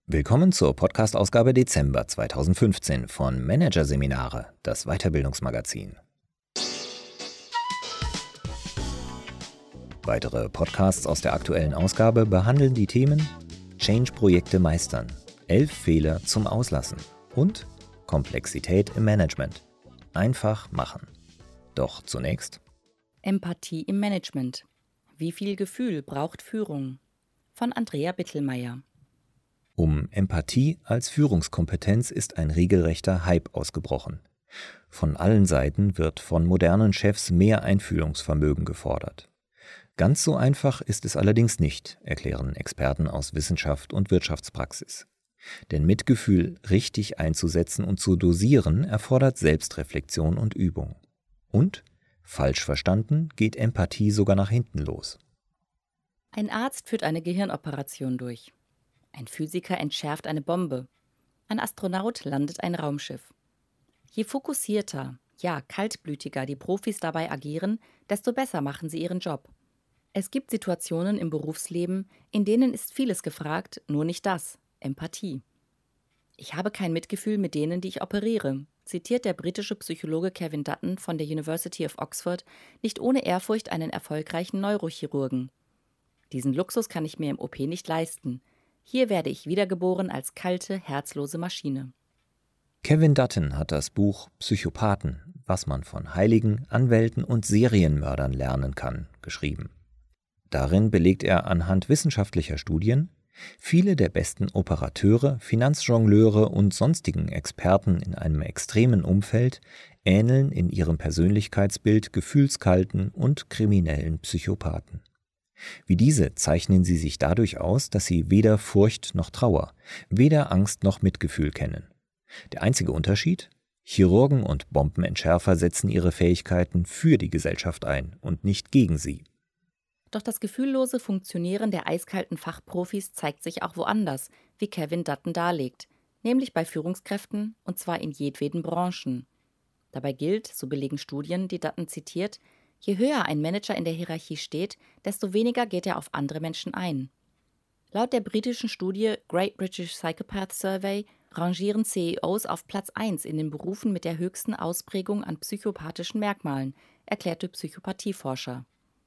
Willkommen zur Podcast-Ausgabe Dezember 2015 von Managerseminare, das Weiterbildungsmagazin. Weitere Podcasts aus der aktuellen Ausgabe behandeln die Themen Change-Projekte meistern, 11 Fehler zum Auslassen und Komplexität im Management. Einfach machen. Doch zunächst Empathie im Management. Wie viel Gefühl braucht Führung? Von Andrea Bittelmeier. Um Empathie als Führungskompetenz ist ein regelrechter Hype ausgebrochen. Von allen Seiten wird von modernen Chefs mehr Einfühlungsvermögen gefordert. Ganz so einfach ist es allerdings nicht, erklären Experten aus Wissenschaft und Wirtschaftspraxis. Denn Mitgefühl richtig einzusetzen und zu dosieren erfordert Selbstreflexion und Übung. Und, falsch verstanden, geht Empathie sogar nach hinten los. Ein Arzt führt eine Gehirnoperation durch. Ein Physiker entschärft eine Bombe. Ein Astronaut landet ein Raumschiff. Je fokussierter, ja kaltblütiger die Profis dabei agieren, desto besser machen sie ihren Job. Es gibt Situationen im Berufsleben, in denen ist vieles gefragt, nur nicht das, Empathie. Ich habe kein Mitgefühl mit denen, die ich operiere, zitiert der britische Psychologe Kevin Dutton von der University of Oxford nicht ohne Ehrfurcht einen erfolgreichen Neurochirurgen. Diesen Luxus kann ich mir im OP nicht leisten. Hier werde ich wiedergeboren als kalte, herzlose Maschine. Kevin Dutton hat das Buch Psychopathen, was man von Heiligen, Anwälten und Serienmördern lernen kann, geschrieben. Darin belegt er anhand wissenschaftlicher Studien, viele der besten Operateure, Finanzjongleure und sonstigen Experten in einem extremen Umfeld ähneln in ihrem Persönlichkeitsbild gefühlskalten und kriminellen Psychopathen. Wie diese zeichnen sie sich dadurch aus, dass sie weder Furcht noch Trauer, weder Angst noch Mitgefühl kennen. Der einzige Unterschied? Chirurgen und Bombenentschärfer setzen ihre Fähigkeiten für die Gesellschaft ein und nicht gegen sie. Doch das gefühllose Funktionieren der eiskalten Fachprofis zeigt sich auch woanders, wie Kevin Dutton darlegt, nämlich bei Führungskräften, und zwar in jedweden Branchen. Dabei gilt, so belegen Studien, die Dutton zitiert, je höher ein Manager in der Hierarchie steht, desto weniger geht er auf andere Menschen ein. Laut der britischen Studie Great British Psychopath Survey rangieren CEOs auf Platz 1 in den Berufen mit der höchsten Ausprägung an psychopathischen Merkmalen, erklärte Psychopathieforscher.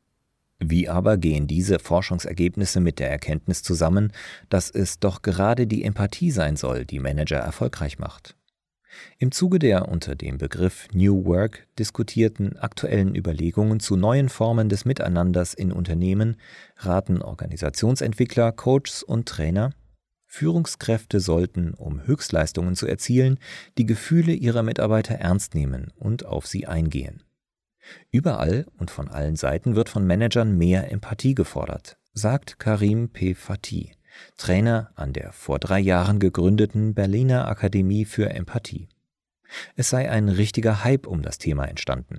Wie aber gehen diese Forschungsergebnisse mit der Erkenntnis zusammen, dass es doch gerade die Empathie sein soll, die Manager erfolgreich macht? Im Zuge der unter dem Begriff New Work diskutierten aktuellen Überlegungen zu neuen Formen des Miteinanders in Unternehmen raten Organisationsentwickler, Coaches und Trainer, Führungskräfte sollten, um Höchstleistungen zu erzielen, die Gefühle ihrer Mitarbeiter ernst nehmen und auf sie eingehen. Überall und von allen Seiten wird von Managern mehr Empathie gefordert, sagt Karim P. Fatih, Trainer an der vor 3 Jahren gegründeten Berliner Akademie für Empathie. Es sei ein richtiger Hype um das Thema entstanden.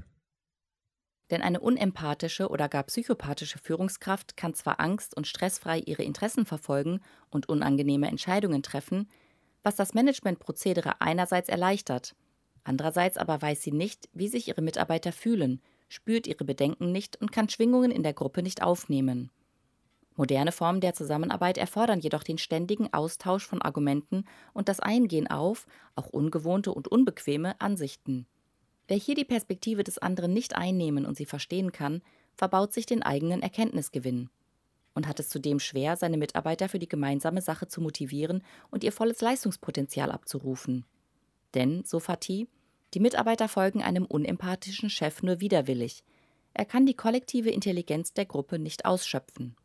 Denn eine unempathische oder gar psychopathische Führungskraft kann zwar angst- und stressfrei ihre Interessen verfolgen und unangenehme Entscheidungen treffen, was das Managementprozedere einerseits erleichtert, andererseits aber weiß sie nicht, wie sich ihre Mitarbeiter fühlen, spürt ihre Bedenken nicht und kann Schwingungen in der Gruppe nicht aufnehmen. Moderne Formen der Zusammenarbeit erfordern jedoch den ständigen Austausch von Argumenten und das Eingehen auf, auch ungewohnte und unbequeme, Ansichten. Wer hier die Perspektive des anderen nicht einnehmen und sie verstehen kann, verbaut sich den eigenen Erkenntnisgewinn und hat es zudem schwer, seine Mitarbeiter für die gemeinsame Sache zu motivieren und ihr volles Leistungspotenzial abzurufen. Denn, so Fatih, die Mitarbeiter folgen einem unempathischen Chef nur widerwillig. Er kann die kollektive Intelligenz der Gruppe nicht ausschöpfen.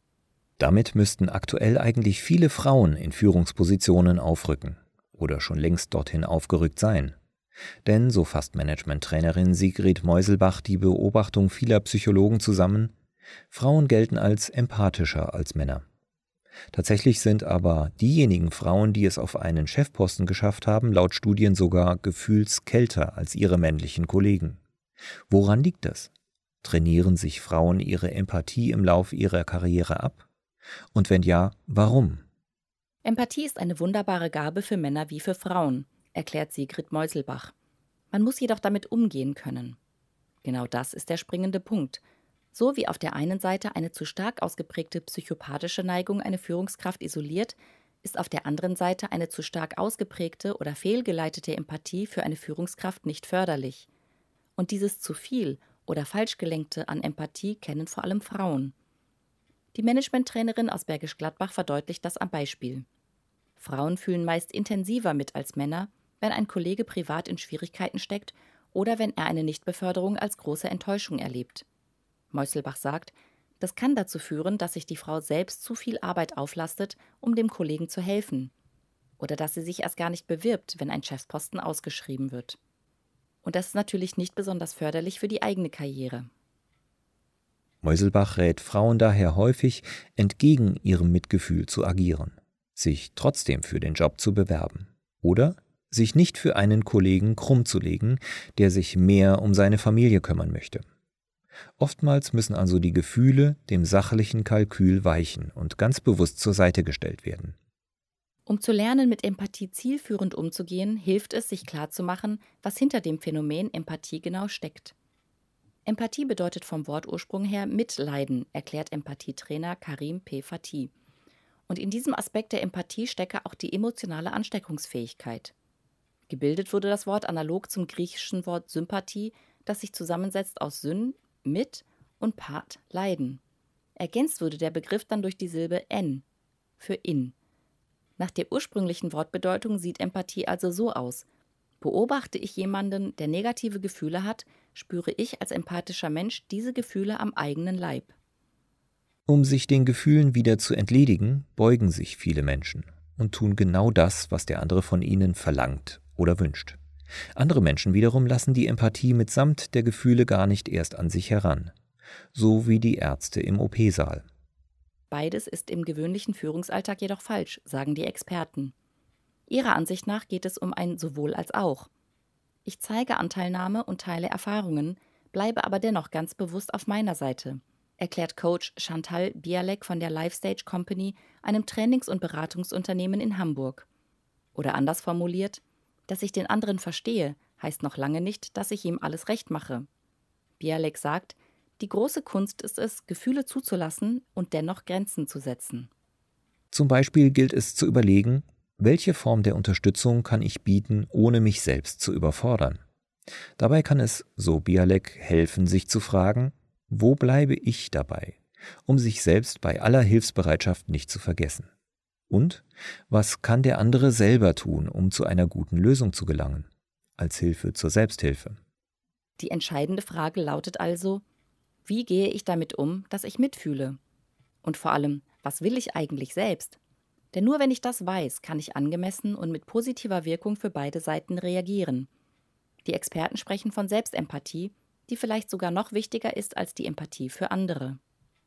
Damit müssten aktuell eigentlich viele Frauen in Führungspositionen aufrücken oder schon längst dorthin aufgerückt sein. Denn, so fasst Management-Trainerin Sigrid Meuselbach die Beobachtung vieler Psychologen zusammen, Frauen gelten als empathischer als Männer. Tatsächlich sind aber diejenigen Frauen, die es auf einen Chefposten geschafft haben, laut Studien sogar gefühlskälter als ihre männlichen Kollegen. Woran liegt das? Trainieren sich Frauen ihre Empathie im Laufe ihrer Karriere ab? Und wenn ja, warum? Empathie ist eine wunderbare Gabe für Männer wie für Frauen, erklärt Sigrid Meuselbach. Man muss jedoch damit umgehen können. Genau das ist der springende Punkt. So wie auf der einen Seite eine zu stark ausgeprägte psychopathische Neigung eine Führungskraft isoliert, ist auf der anderen Seite eine zu stark ausgeprägte oder fehlgeleitete Empathie für eine Führungskraft nicht förderlich. Und dieses zu viel oder falsch gelenkte an Empathie kennen vor allem Frauen. Die Managementtrainerin aus Bergisch Gladbach verdeutlicht das am Beispiel. Frauen fühlen meist intensiver mit als Männer, wenn ein Kollege privat in Schwierigkeiten steckt oder wenn er eine Nichtbeförderung als große Enttäuschung erlebt. Meuselbach sagt, das kann dazu führen, dass sich die Frau selbst zu viel Arbeit auflastet, um dem Kollegen zu helfen. Oder dass sie sich erst gar nicht bewirbt, wenn ein Chefsposten ausgeschrieben wird. Und das ist natürlich nicht besonders förderlich für die eigene Karriere. Meuselbach rät Frauen daher häufig, entgegen ihrem Mitgefühl zu agieren, sich trotzdem für den Job zu bewerben oder sich nicht für einen Kollegen krumm zu legen, der sich mehr um seine Familie kümmern möchte. Oftmals müssen also die Gefühle dem sachlichen Kalkül weichen und ganz bewusst zur Seite gestellt werden. Um zu lernen, mit Empathie zielführend umzugehen, hilft es, sich klarzumachen, was hinter dem Phänomen Empathie genau steckt. Empathie bedeutet vom Wortursprung her Mitleiden, erklärt Empathietrainer Karim P. Fatih. Und in diesem Aspekt der Empathie stecke auch die emotionale Ansteckungsfähigkeit. Gebildet wurde das Wort analog zum griechischen Wort Sympathie, das sich zusammensetzt aus Syn, mit und Path, Leiden. Ergänzt wurde der Begriff dann durch die Silbe en, für in. Nach der ursprünglichen Wortbedeutung sieht Empathie also so aus: Beobachte ich jemanden, der negative Gefühle hat, spüre ich als empathischer Mensch diese Gefühle am eigenen Leib. Um sich den Gefühlen wieder zu entledigen, beugen sich viele Menschen und tun genau das, was der andere von ihnen verlangt oder wünscht. Andere Menschen wiederum lassen die Empathie mitsamt der Gefühle gar nicht erst an sich heran, so wie die Ärzte im OP-Saal. Beides ist im gewöhnlichen Führungsalltag jedoch falsch, sagen die Experten. Ihrer Ansicht nach geht es um ein Sowohl als auch. Ich zeige Anteilnahme und teile Erfahrungen, bleibe aber dennoch ganz bewusst auf meiner Seite, erklärt Coach Chantal Bialek von der Lifestage Company, einem Trainings- und Beratungsunternehmen in Hamburg. Oder anders formuliert: Dass ich den anderen verstehe, heißt noch lange nicht, dass ich ihm alles recht mache. Bialek sagt, die große Kunst ist es, Gefühle zuzulassen und dennoch Grenzen zu setzen. Zum Beispiel gilt es zu überlegen, welche Form der Unterstützung kann ich bieten, ohne mich selbst zu überfordern. Dabei kann es, so Bialek, helfen, sich zu fragen, wo bleibe ich dabei, um sich selbst bei aller Hilfsbereitschaft nicht zu vergessen. Und was kann der andere selber tun, um zu einer guten Lösung zu gelangen, als Hilfe zur Selbsthilfe? Die entscheidende Frage lautet also: Wie gehe ich damit um, dass ich mitfühle? Und vor allem, was will ich eigentlich selbst? Denn nur wenn ich das weiß, kann ich angemessen und mit positiver Wirkung für beide Seiten reagieren. Die Experten sprechen von Selbstempathie, die vielleicht sogar noch wichtiger ist als die Empathie für andere.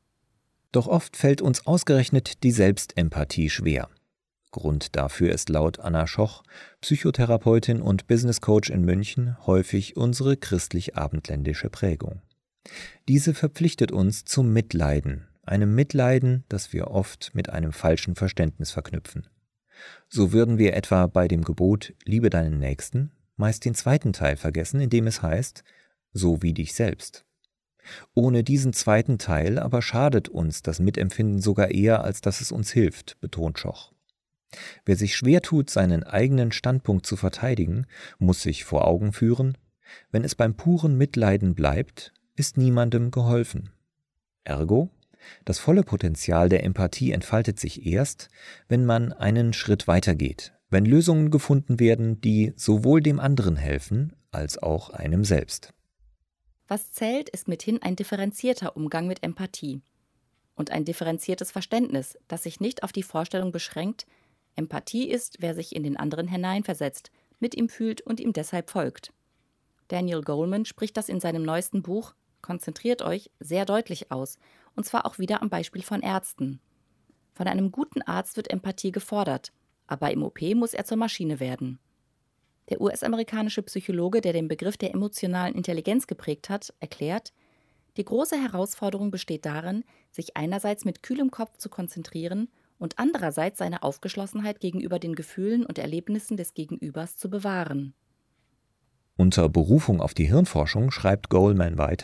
Doch oft fällt uns ausgerechnet die Selbstempathie schwer. Grund dafür ist laut Anna Schoch, Psychotherapeutin und Businesscoach in München, häufig unsere christlich-abendländische Prägung. Diese verpflichtet uns zum Mitleiden, einem Mitleiden, das wir oft mit einem falschen Verständnis verknüpfen. So würden wir etwa bei dem Gebot »Liebe deinen Nächsten« meist den zweiten Teil vergessen, in dem es heißt »so wie dich selbst«. Ohne diesen zweiten Teil aber schadet uns das Mitempfinden sogar eher, als dass es uns hilft, betont Schoch. Wer sich schwer tut, seinen eigenen Standpunkt zu verteidigen, muss sich vor Augen führen, wenn es beim puren Mitleiden bleibt, ist niemandem geholfen. Ergo, das volle Potenzial der Empathie entfaltet sich erst, wenn man einen Schritt weitergeht, wenn Lösungen gefunden werden, die sowohl dem anderen helfen, als auch einem selbst. Was zählt, ist mithin ein differenzierter Umgang mit Empathie. Und ein differenziertes Verständnis, das sich nicht auf die Vorstellung beschränkt, Empathie ist, wer sich in den anderen hineinversetzt, mit ihm fühlt und ihm deshalb folgt. Daniel Goleman spricht das in seinem neuesten Buch »Konzentriert euch« sehr deutlich aus, und zwar auch wieder am Beispiel von Ärzten. Von einem guten Arzt wird Empathie gefordert, aber im OP muss er zur Maschine werden. Der US-amerikanische Psychologe, der den Begriff der emotionalen Intelligenz geprägt hat, erklärt, die große Herausforderung besteht darin, sich einerseits mit kühlem Kopf zu konzentrieren und andererseits seine Aufgeschlossenheit gegenüber den Gefühlen und Erlebnissen des Gegenübers zu bewahren. Unter Berufung auf die Hirnforschung schreibt Goleman weiter,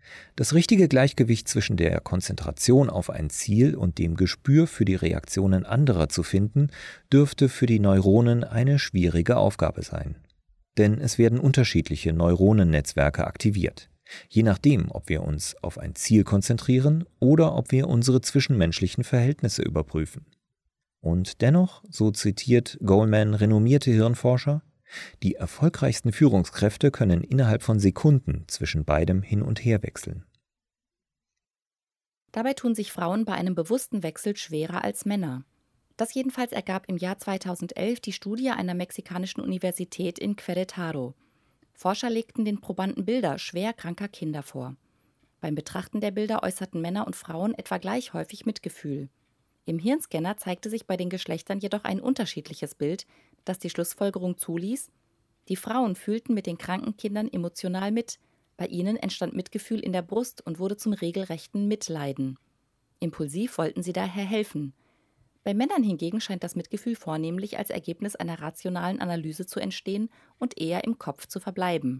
Das richtige Gleichgewicht zwischen der Konzentration auf ein Ziel und dem Gespür für die Reaktionen anderer zu finden, dürfte für die Neuronen eine schwierige Aufgabe sein. Denn es werden unterschiedliche Neuronennetzwerke aktiviert, je nachdem, ob wir uns auf ein Ziel konzentrieren oder ob wir unsere zwischenmenschlichen Verhältnisse überprüfen. Und dennoch, so zitiert Goleman renommierte Hirnforscher, die erfolgreichsten Führungskräfte können innerhalb von Sekunden zwischen beidem hin und her wechseln. Dabei tun sich Frauen bei einem bewussten Wechsel schwerer als Männer. Das jedenfalls ergab im Jahr 2011 die Studie einer mexikanischen Universität in Querétaro. Forscher legten den Probanden Bilder schwer kranker Kinder vor. Beim Betrachten der Bilder äußerten Männer und Frauen etwa gleich häufig Mitgefühl. Im Hirnscanner zeigte sich bei den Geschlechtern jedoch ein unterschiedliches Bild, das die Schlussfolgerung zuließ: Die Frauen fühlten mit den kranken Kindern emotional mit, bei ihnen entstand Mitgefühl in der Brust und wurde zum regelrechten Mitleiden. Impulsiv wollten sie daher helfen. Bei Männern hingegen scheint das Mitgefühl vornehmlich als Ergebnis einer rationalen Analyse zu entstehen und eher im Kopf zu verbleiben.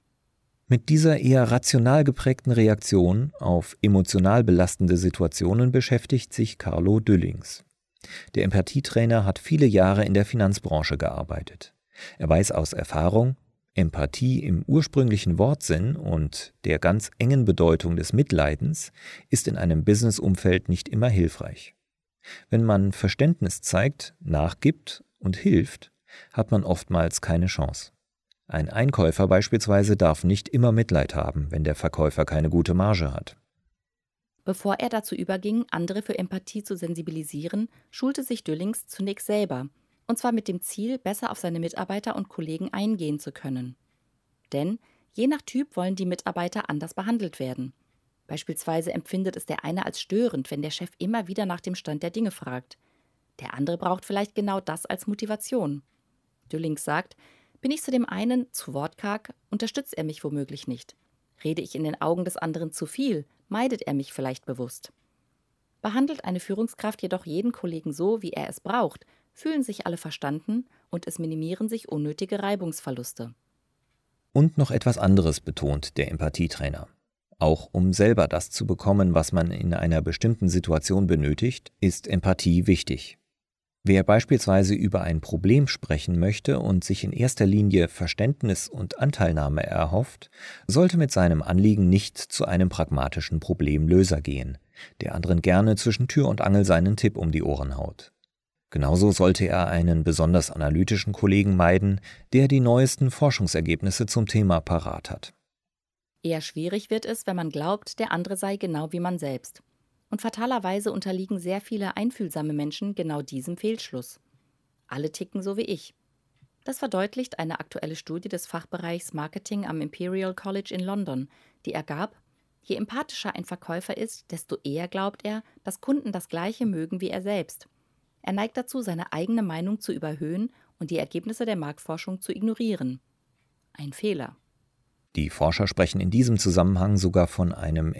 Mit dieser eher rational geprägten Reaktion auf emotional belastende Situationen beschäftigt sich Carlo Düllings. Der Empathietrainer hat viele Jahre in der Finanzbranche gearbeitet. Er weiß aus Erfahrung, Empathie im ursprünglichen Wortsinn und der ganz engen Bedeutung des Mitleidens ist in einem Businessumfeld nicht immer hilfreich. Wenn man Verständnis zeigt, nachgibt und hilft, hat man oftmals keine Chance. Ein Einkäufer beispielsweise darf nicht immer Mitleid haben, wenn der Verkäufer keine gute Marge hat. Bevor er dazu überging, andere für Empathie zu sensibilisieren, schulte sich Düllings zunächst selber, und zwar mit dem Ziel, besser auf seine Mitarbeiter und Kollegen eingehen zu können. Denn je nach Typ wollen die Mitarbeiter anders behandelt werden. Beispielsweise empfindet es der eine als störend, wenn der Chef immer wieder nach dem Stand der Dinge fragt. Der andere braucht vielleicht genau das als Motivation. Düllings sagt: Bin ich zu dem einen zu wortkarg, unterstützt er mich womöglich nicht. Rede ich in den Augen des anderen zu viel, meidet er mich vielleicht bewusst. Behandelt eine Führungskraft jedoch jeden Kollegen so, wie er es braucht, fühlen sich alle verstanden und es minimieren sich unnötige Reibungsverluste. Und noch etwas anderes betont der Empathietrainer. Auch um selber das zu bekommen, was man in einer bestimmten Situation benötigt, ist Empathie wichtig. Wer beispielsweise über ein Problem sprechen möchte und sich in erster Linie Verständnis und Anteilnahme erhofft, sollte mit seinem Anliegen nicht zu einem pragmatischen Problemlöser gehen, der anderen gerne zwischen Tür und Angel seinen Tipp um die Ohren haut. Genauso sollte er einen besonders analytischen Kollegen meiden, der die neuesten Forschungsergebnisse zum Thema parat hat. Eher schwierig wird es, wenn man glaubt, der andere sei genau wie man selbst. Und fatalerweise unterliegen sehr viele einfühlsame Menschen genau diesem Fehlschluss. Alle ticken so wie ich. Das verdeutlicht eine aktuelle Studie des Fachbereichs Marketing am Imperial College in London, die ergab: Je empathischer ein Verkäufer ist, desto eher glaubt er, dass Kunden das Gleiche mögen wie er selbst. Er neigt dazu, seine eigene Meinung zu überhöhen und die Ergebnisse der Marktforschung zu ignorieren. Ein Fehler. Die Forscher sprechen in diesem Zusammenhang sogar von einem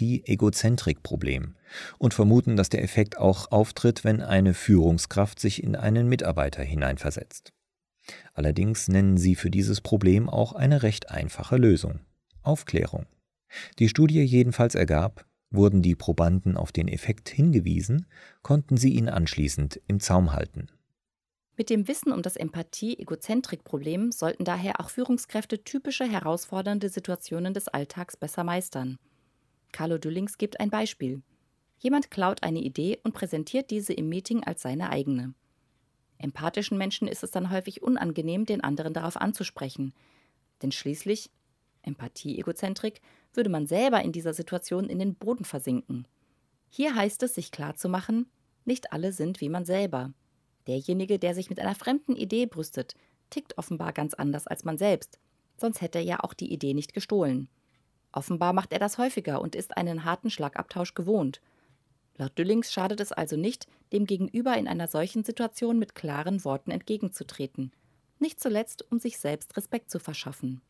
Empathie-Egozentrik-Problem und vermuten, dass der Effekt auch auftritt, wenn eine Führungskraft sich in einen Mitarbeiter hineinversetzt. Allerdings nennen sie für dieses Problem auch eine recht einfache Lösung: Aufklärung. Die Studie jedenfalls ergab, wurden die Probanden auf den Effekt hingewiesen, konnten sie ihn anschließend im Zaum halten. Mit dem Wissen um das Empathie-Egozentrik-Problem sollten daher auch Führungskräfte typische herausfordernde Situationen des Alltags besser meistern. Carlo Düllings gibt ein Beispiel. Jemand klaut eine Idee und präsentiert diese im Meeting als seine eigene. Empathischen Menschen ist es dann häufig unangenehm, den anderen darauf anzusprechen. Denn schließlich, Empathie-Egozentrik, würde man selber in dieser Situation in den Boden versinken. Hier heißt es, sich klarzumachen: Nicht alle sind wie man selber. Derjenige, der sich mit einer fremden Idee brüstet, tickt offenbar ganz anders als man selbst, sonst hätte er ja auch die Idee nicht gestohlen. Offenbar macht er das häufiger und ist einen harten Schlagabtausch gewohnt. Laut Düllings schadet es also nicht, dem Gegenüber in einer solchen Situation mit klaren Worten entgegenzutreten. Nicht zuletzt, um sich selbst Respekt zu verschaffen.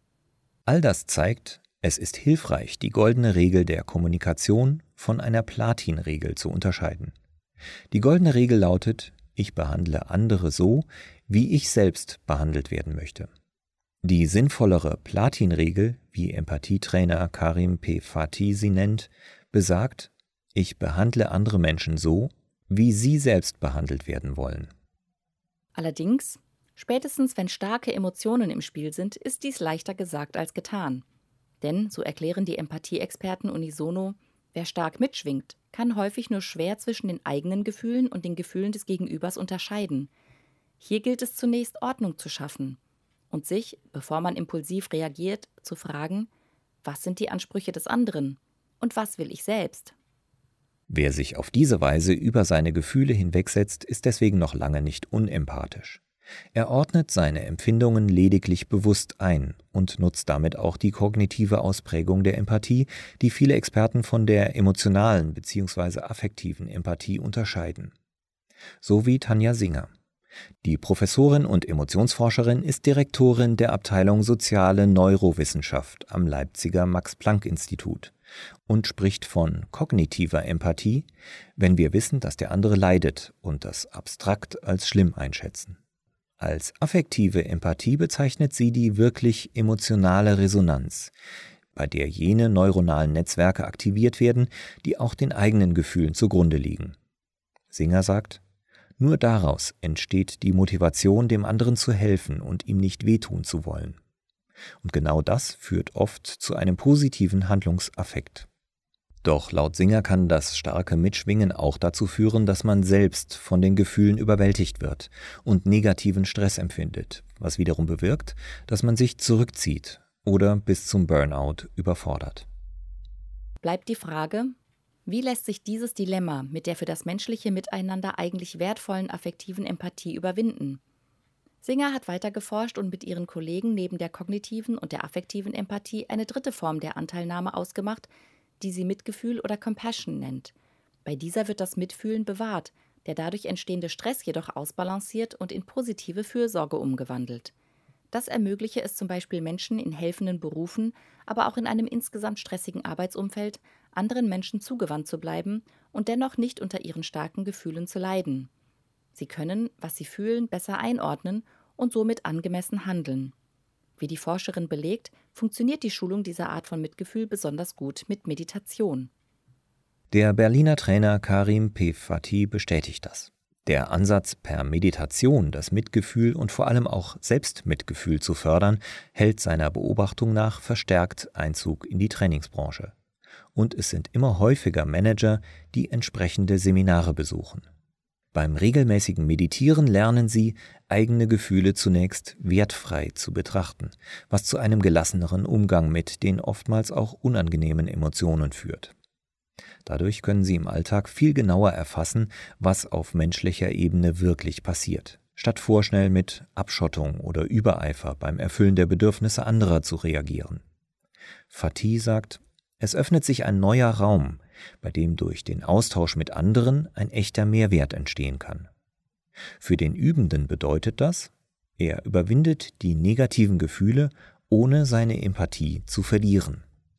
All das zeigt, es ist hilfreich, die goldene Regel der Kommunikation von einer Platin-Regel zu unterscheiden. Die goldene Regel lautet: Ich behandle andere so, wie ich selbst behandelt werden möchte. Die sinnvollere Platin-Regel, wie Empathietrainer Karim P. Fathi sie nennt, besagt: Ich behandle andere Menschen so, wie sie selbst behandelt werden wollen. Allerdings, spätestens wenn starke Emotionen im Spiel sind, ist dies leichter gesagt als getan. Denn, so erklären die Empathie-Experten unisono, wer stark mitschwingt, kann häufig nur schwer zwischen den eigenen Gefühlen und den Gefühlen des Gegenübers unterscheiden. Hier gilt es zunächst, Ordnung zu schaffen und sich, bevor man impulsiv reagiert, zu fragen: Was sind die Ansprüche des anderen und was will ich selbst? Wer sich auf diese Weise über seine Gefühle hinwegsetzt, ist deswegen noch lange nicht unempathisch. Er ordnet seine Empfindungen lediglich bewusst ein und nutzt damit auch die kognitive Ausprägung der Empathie, die viele Experten von der emotionalen bzw. affektiven Empathie unterscheiden. So wie Tanja Singer. Die Professorin und Emotionsforscherin ist Direktorin der Abteilung Soziale Neurowissenschaft am Leipziger Max-Planck-Institut und spricht von kognitiver Empathie, wenn wir wissen, dass der andere leidet und das abstrakt als schlimm einschätzen. Als affektive Empathie bezeichnet sie die wirklich emotionale Resonanz, bei der jene neuronalen Netzwerke aktiviert werden, die auch den eigenen Gefühlen zugrunde liegen. Singer sagt: Nur daraus entsteht die Motivation, dem anderen zu helfen und ihm nicht wehtun zu wollen. Und genau das führt oft zu einem positiven Handlungsaffekt. Doch laut Singer kann das starke Mitschwingen auch dazu führen, dass man selbst von den Gefühlen überwältigt wird und negativen Stress empfindet, was wiederum bewirkt, dass man sich zurückzieht oder bis zum Burnout überfordert. Bleibt die Frage: Wie lässt sich dieses Dilemma mit der für das menschliche Miteinander eigentlich wertvollen affektiven Empathie überwinden? Singer hat weiter geforscht und mit ihren Kollegen neben der kognitiven und der affektiven Empathie eine dritte Form der Anteilnahme ausgemacht, die sie Mitgefühl oder Compassion nennt. Bei dieser wird das Mitfühlen bewahrt, der dadurch entstehende Stress jedoch ausbalanciert und in positive Fürsorge umgewandelt. Das ermögliche es zum Beispiel Menschen in helfenden Berufen, aber auch in einem insgesamt stressigen Arbeitsumfeld, anderen Menschen zugewandt zu bleiben und dennoch nicht unter ihren starken Gefühlen zu leiden. Sie können, was sie fühlen, besser einordnen und somit angemessen handeln. Wie die Forscherin belegt, funktioniert die Schulung dieser Art von Mitgefühl besonders gut mit Meditation. Der Berliner Trainer Karim P. Fathi bestätigt das. Der Ansatz, per Meditation das Mitgefühl und vor allem auch Selbstmitgefühl zu fördern, hält seiner Beobachtung nach verstärkt Einzug in die Trainingsbranche. Und es sind immer häufiger Manager, die entsprechende Seminare besuchen. Beim regelmäßigen Meditieren lernen sie, eigene Gefühle zunächst wertfrei zu betrachten, was zu einem gelasseneren Umgang mit den oftmals auch unangenehmen Emotionen führt. Dadurch können sie im Alltag viel genauer erfassen, was auf menschlicher Ebene wirklich passiert, statt vorschnell mit Abschottung oder Übereifer beim Erfüllen der Bedürfnisse anderer zu reagieren. Fathi sagt: Es öffnet sich ein neuer Raum, bei dem durch den Austausch mit anderen ein echter Mehrwert entstehen kann. Für den Übenden bedeutet das, er überwindet die negativen Gefühle, ohne seine Empathie zu verlieren.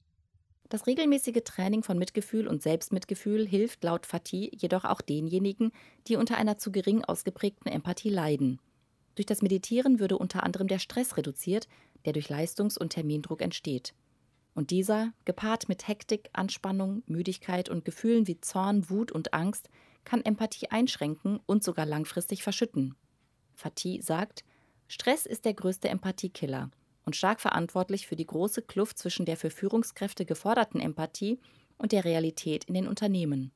Das regelmäßige Training von Mitgefühl und Selbstmitgefühl hilft laut Fathi jedoch auch denjenigen, die unter einer zu gering ausgeprägten Empathie leiden. Durch das Meditieren würde unter anderem der Stress reduziert, der durch Leistungs- und Termindruck entsteht. Und dieser, gepaart mit Hektik, Anspannung, Müdigkeit und Gefühlen wie Zorn, Wut und Angst, kann Empathie einschränken und sogar langfristig verschütten. Fathi sagt: Stress ist der größte Empathiekiller und stark verantwortlich für die große Kluft zwischen der für Führungskräfte geforderten Empathie und der Realität in den Unternehmen.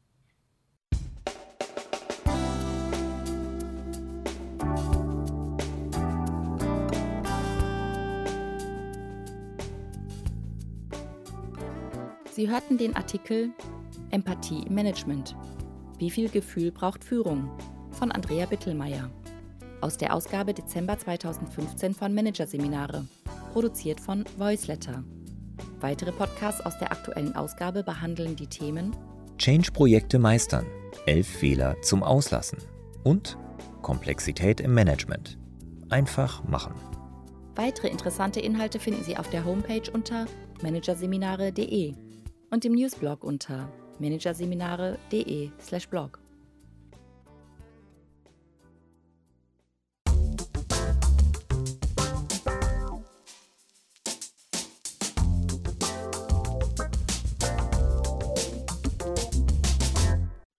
Sie hörten den Artikel Empathie im Management. Wie viel Gefühl braucht Führung? Von Andrea Bittelmeier. Aus der Ausgabe Dezember 2015 von Managerseminare. Produziert von Voiceletter. Weitere Podcasts aus der aktuellen Ausgabe behandeln die Themen Change-Projekte meistern, 11 Fehler zum Auslassen und Komplexität im Management. Einfach machen. Weitere interessante Inhalte finden Sie auf der Homepage unter managerseminare.de und im Newsblog unter managerseminare.de/blog.